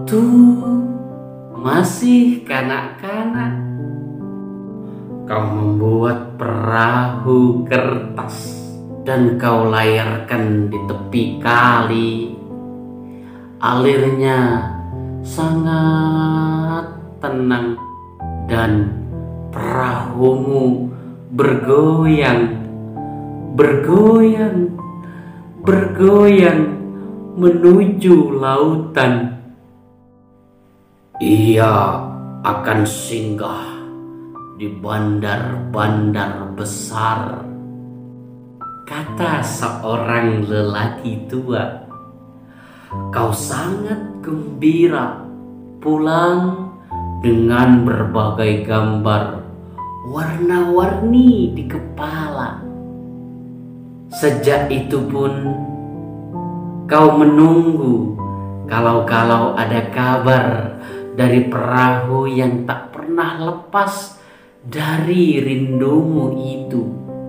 Waktu masih kanak-kanak, kau membuat perahu kertas dan kau layarkan di tepi kali. Alirnya sangat tenang dan perahumu bergoyang, bergoyang, bergoyang menuju lautan. Ia akan singgah di bandar-bandar besar, kata seorang lelaki tua. Kau sangat gembira pulang dengan berbagai gambar warna-warni di kepala. Sejak itu pun kau menunggu kalau ada kabar dari perahu yang tak pernah lepas dari rindumu itu.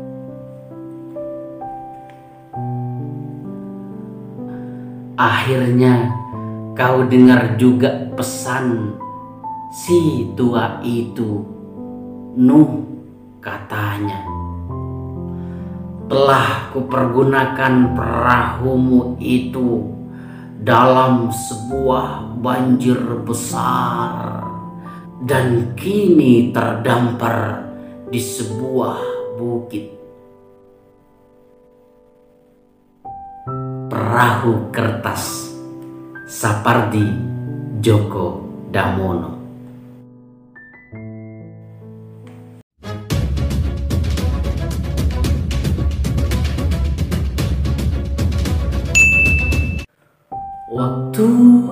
Akhirnya kau dengar juga pesan si tua itu. Nuh, katanya, telah kupergunakan perahumu itu dalam sebuah banjir besar dan kini terdampar di sebuah bukit. Perahu Kertas, Sapardi Djoko Damono. Waktu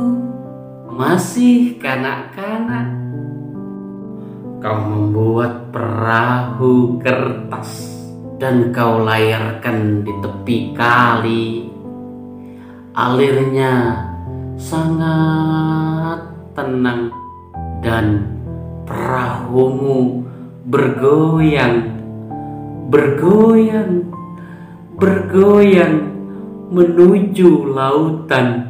masih kanak-kanak, kau membuat perahu kertas dan kau layarkan di tepi kali. Alirnya sangat tenang dan perahumu bergoyang, bergoyang, bergoyang menuju lautan.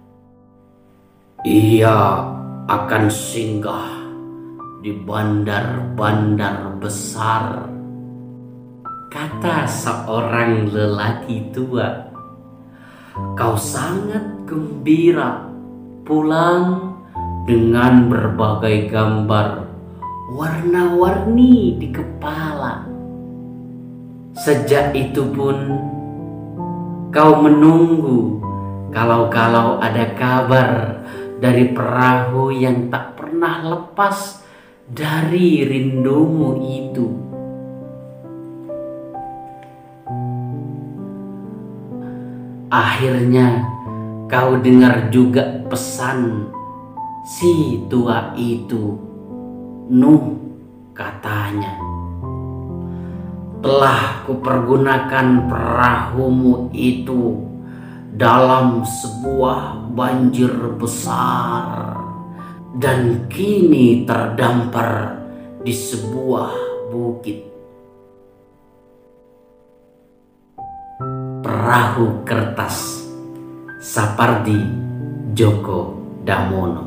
Ia akan singgah di bandar-bandar besar, kata seorang lelaki tua. Kau sangat gembira pulang dengan berbagai gambar warna-warni di kepala. Sejak itu pun kau menunggu kalau ada kabar dari perahu yang tak pernah lepas dari rindumu itu. Akhirnya kau dengar juga pesan si tua itu. Nuh, katanya, telah kupergunakan perahumu itu dalam sebuah banjir besar dan kini terdampar di sebuah bukit. Perahu Kertas, Sapardi Djoko Damono.